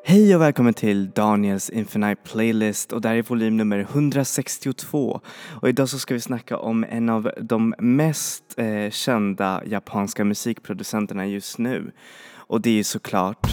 Hej och välkommen till Daniels Infinite Playlist och där är volym nummer 162 och idag så ska vi snacka om en av de mest kända japanska musikproducenterna just nu och det är såklart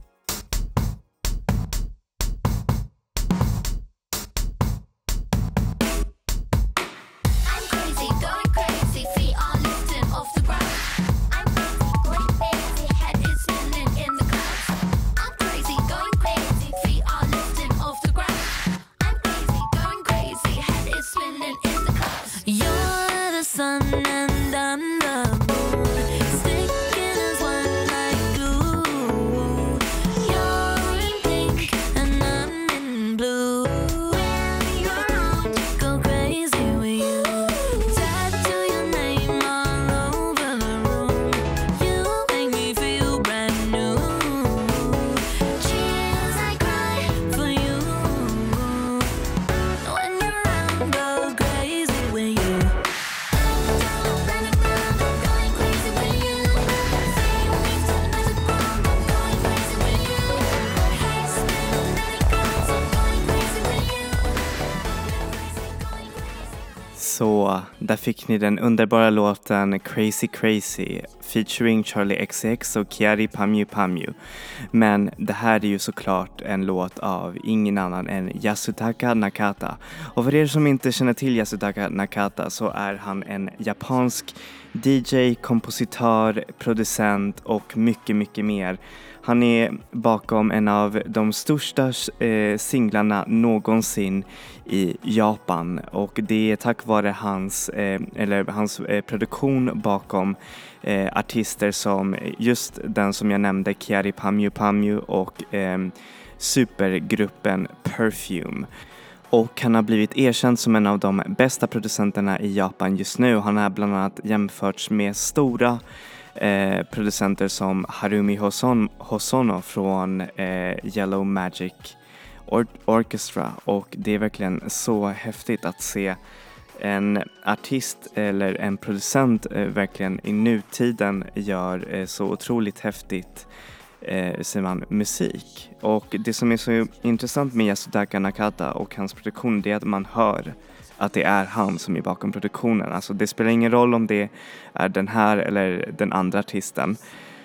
Så där fick ni den underbara låten Crazy Crazy featuring Charlie XCX och Kyary Pamyu Pamyu. Men det här är ju såklart en låt av ingen annan än Yasutaka Nakata. Och för er som inte känner till Yasutaka Nakata så är han en japansk DJ, kompositör, producent och mycket mer. Han är bakom en av de största singlarna någonsin i Japan och det är tack vare hans produktion bakom artister som just den som jag nämnde, Kyary Pamyu Pamyu och supergruppen Perfume. Och han har blivit erkänd som en av de bästa producenterna i Japan just nu. Han har bland annat jämförts med stora producenter som Harumi Hosono från Yellow Magic Orchestra och det är verkligen så häftigt att se en artist eller en producent verkligen i nutiden gör så otroligt häftigt musik. Och det som är så intressant med Yasutaka Nakata och hans produktion det är att man hör att det är han som är bakom produktionen. Alltså det spelar ingen roll om det är den här eller den andra artisten.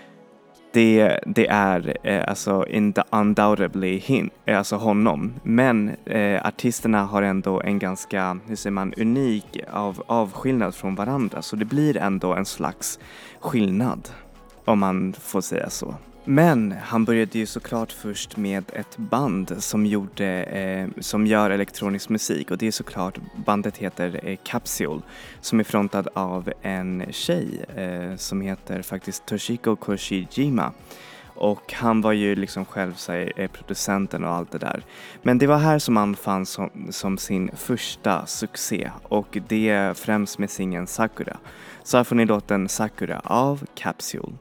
Det är alltså undoubtedly alltså honom. Men artisterna har ändå en ganska, unik avskillnad från varandra. Så det blir ändå en slags skillnad, om man får säga så. Men han började ju såklart först med ett band som gör elektronisk musik och det är såklart, bandet heter Capsule som är frontad av en tjej som heter faktiskt Toshiko Koshijima. Och han var ju liksom själv producenten och allt det där. Men det var här som han fann som sin första succé och det främst med singeln Sakura. Så här får ni låten Sakura av Capsule.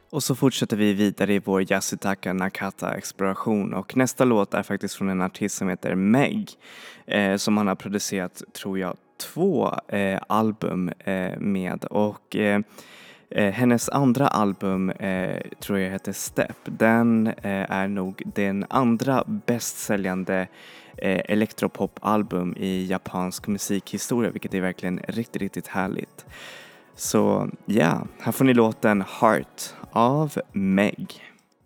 Och så fortsätter vi vidare i vår Yasutaka Nakata-exploration och nästa låt är faktiskt från en artist som heter Meg som han har producerat, tror jag, 2 album med och hennes andra album tror jag heter Step. Den är nog den andra bästsäljande elektropop-album i japansk musikhistoria, vilket är verkligen riktigt, riktigt härligt. Så ja, här får ni låten Heart av Meg.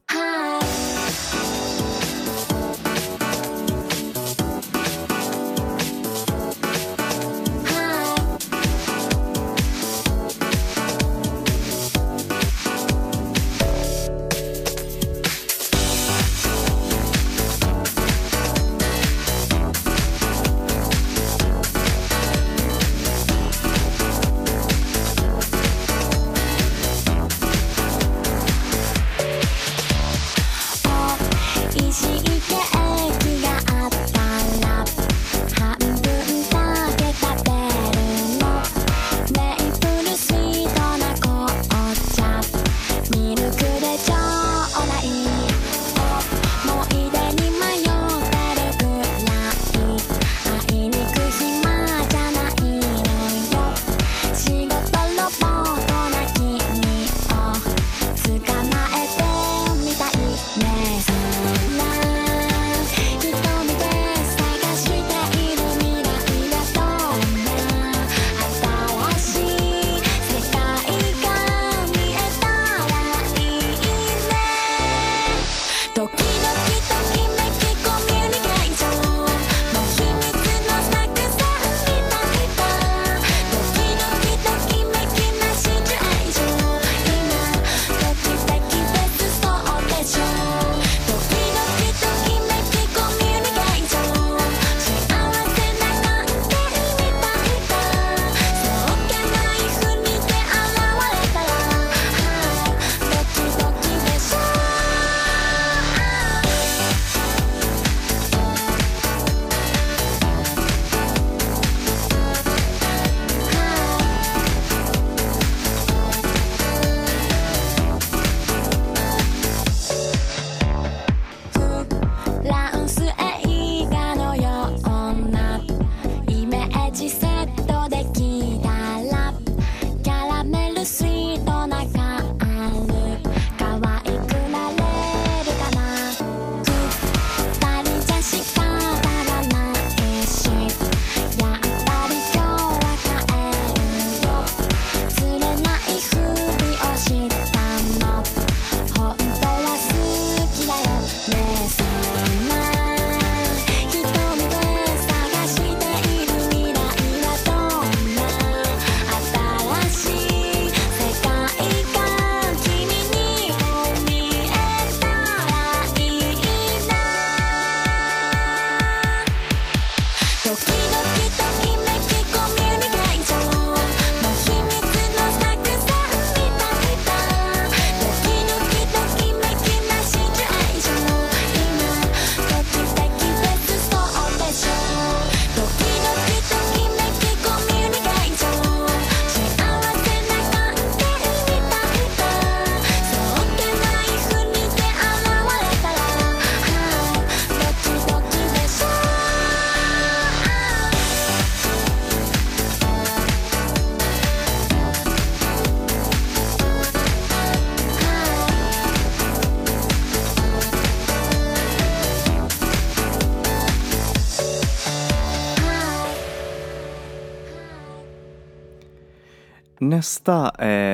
Nästa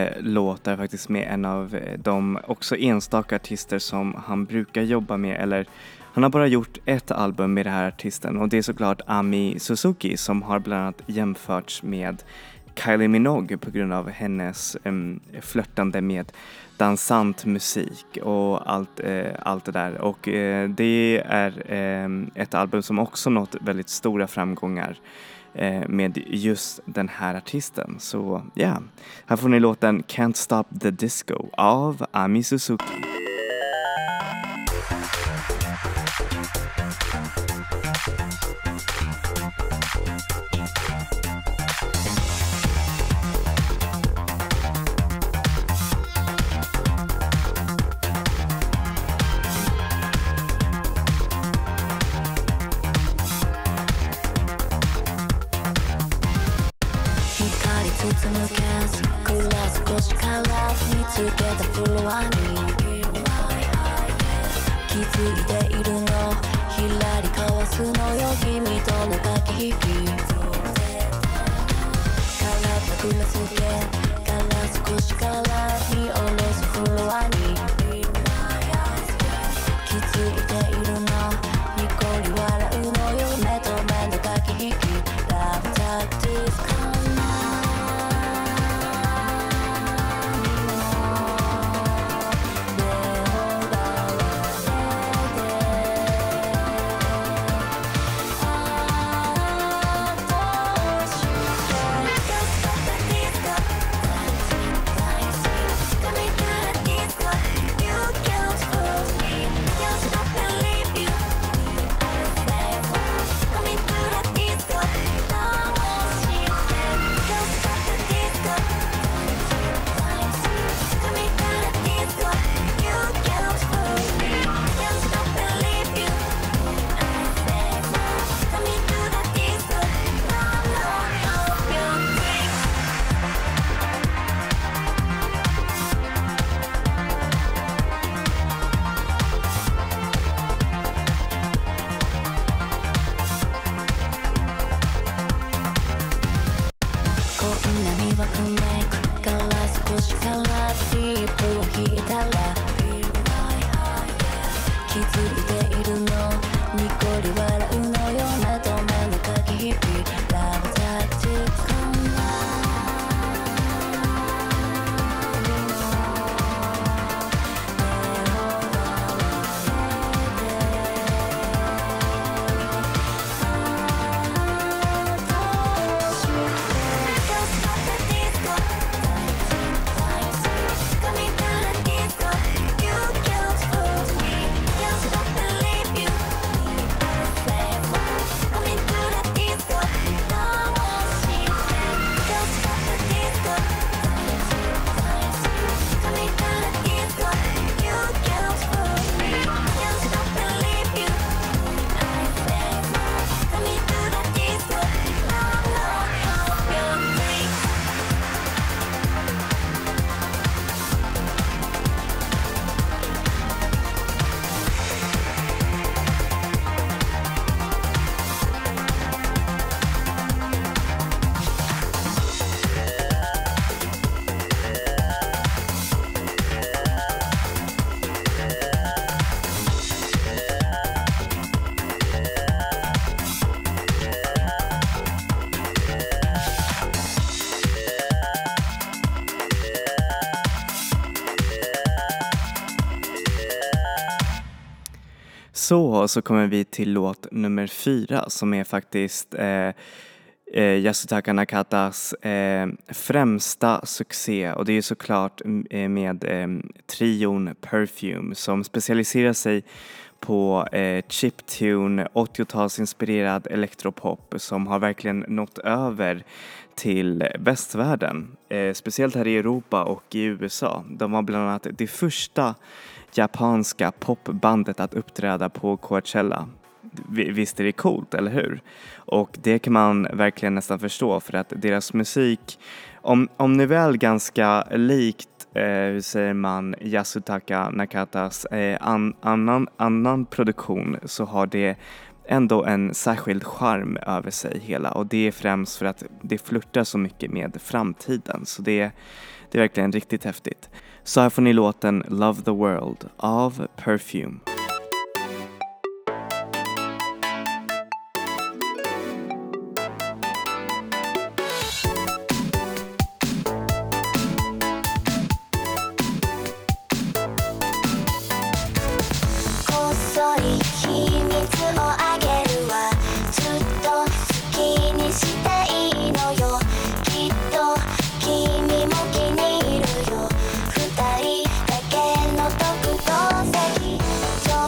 låt är faktiskt med en av de också enstaka artister som han brukar jobba med, eller han har bara gjort ett album med den här artisten, och det är såklart Ami Suzuki som har bland annat jämförts med Kylie Minogue på grund av hennes flörtande med dansant musik och allt det där. Och det är ett album som också nått väldigt stora framgångar med just den här artisten. Så ja, här får ni låten Can't Stop the Disco av Ami Suzuki. så kommer vi till låt nummer 4 som är faktiskt Yasutaka Nakatas främsta succé, och det är såklart med trion Perfume som specialiserar sig på chiptune, 80-talsinspirerad elektropop som har verkligen nått över till västvärlden, speciellt här i Europa och i USA. De var bland annat det första japanska popbandet att uppträda på Coachella. Visst är det coolt, eller hur? Och det kan man verkligen nästan förstå, för att deras musik, om ni väl ganska likt hur säger man, Yasutaka Nakatas annan produktion, så har det ändå en särskild charm över sig hela, och det är främst för att det flirtar så mycket med framtiden, så det är verkligen riktigt häftigt. Så här får ni låten Love the World av Perfume. 二人だけの特等席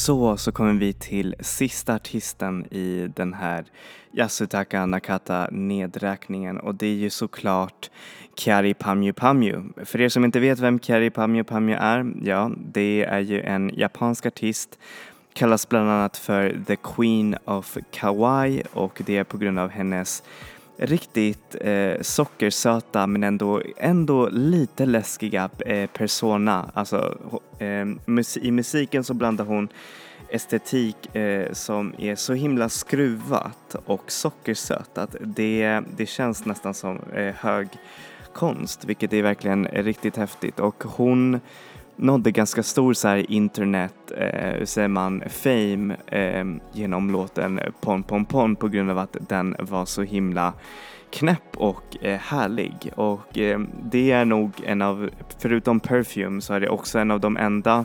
Så kommer vi till sista artisten i den här Yasutaka Nakata nedräkningen och det är ju såklart Kyary Pamyu Pamyu. För er som inte vet vem Kyary Pamyu Pamyu är, ja, det är ju en japansk artist, kallas bland annat för The Queen of Kawaii och det är på grund av hennes riktigt sockersöta men ändå lite läskiga persona. Alltså i musiken så blandar hon estetik som är så himla skruvat och sockersött att det känns nästan som hög konst, vilket är verkligen riktigt häftigt. Och hon nådde ganska stor så här internet, säger man, fame genom låten Pon Pon Pon på grund av att den var så himla knäpp och härlig. Och det är nog förutom Perfume så är det också en av de enda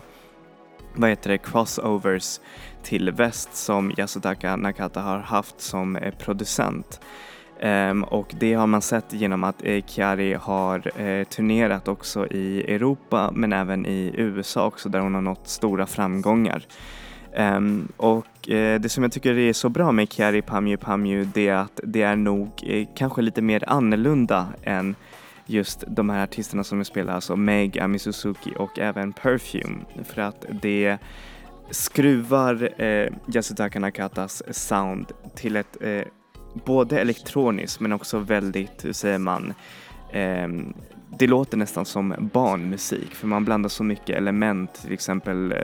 crossovers till väst som Yasutaka Nakata har haft som producent. Och det har man sett genom att Kyary har turnerat också i Europa men även i USA också där hon har nått stora framgångar. Och det som jag tycker är så bra med Kyary Pamyu Pamyu det är att det är nog kanske lite mer annorlunda än just de här artisterna som vi spelar, alltså Meg, Ami Suzuki och även Perfume, för att det skruvar Yasutaka Nakatas sound till ett både elektroniskt men också väldigt, hur säger man, det låter nästan som barnmusik för man blandar så mycket element, till exempel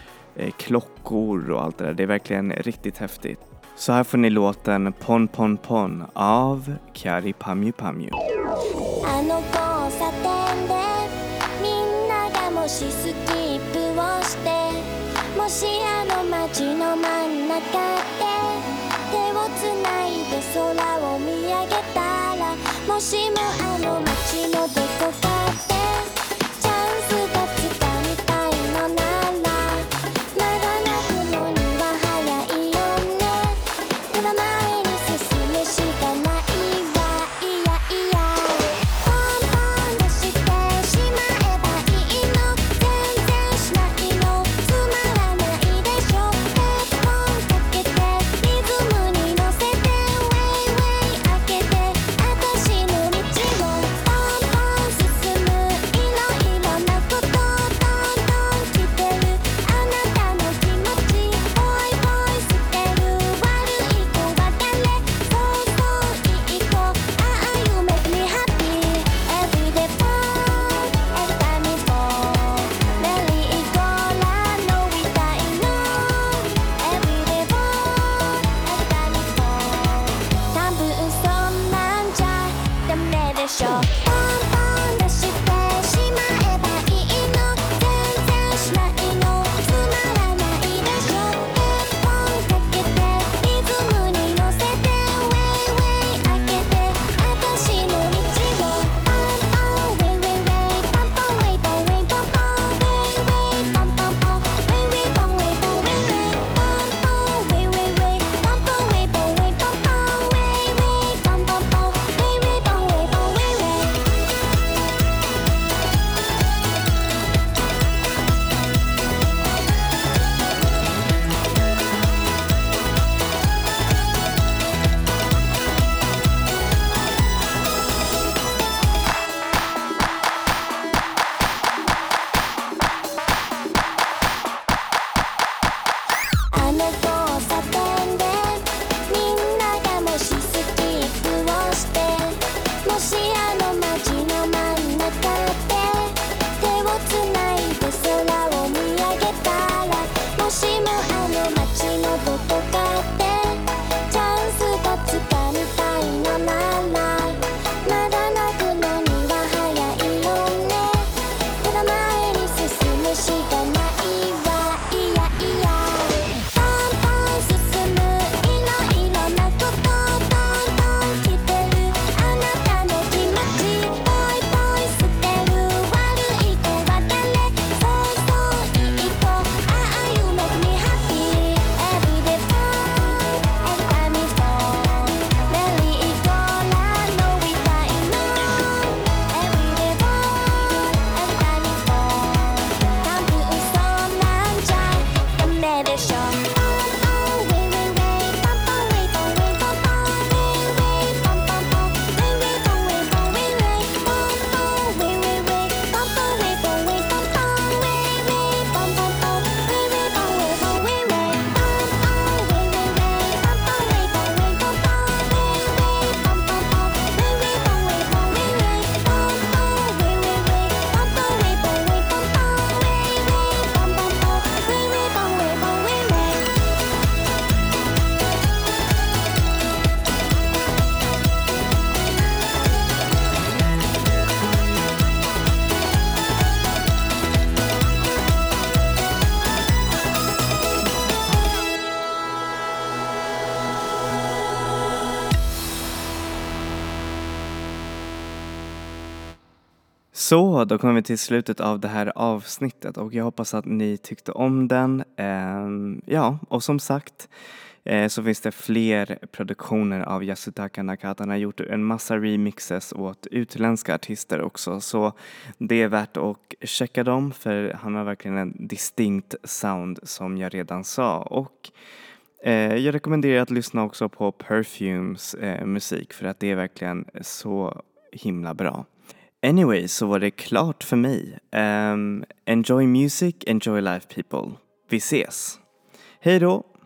klockor och allt det där. Det är verkligen riktigt häftigt. Så här får ni låten Pon Pon Pon av Kyary Pamyu Pamyu. あの交差点でみんながもしスキップをしてもしあの街の真ん中で手をつないで空を見上げたらもしもあの街のどこかでチャンスがつかみたいのならまだ泣くのには早いよねでは前に進むしかないわいやいやポンポン出してしまえばいいの全然しないのつまらないでしょヘッドホンかけてリズムに乗せてウェイウェイ開けて私の道をポンポン進 Så, då kommer vi till slutet av det här avsnittet och jag hoppas att ni tyckte om den. Ja, och som sagt så finns det fler produktioner av Yasutaka Nakata. Han har gjort en massa remixes åt utländska artister också, så det är värt att checka dem för han har verkligen en distinkt sound som jag redan sa. Och jag rekommenderar att lyssna också på Perfumes musik för att det är verkligen så himla bra. Anyway, så var det klart för mig. Enjoy music, enjoy life people. Vi ses. Hej då!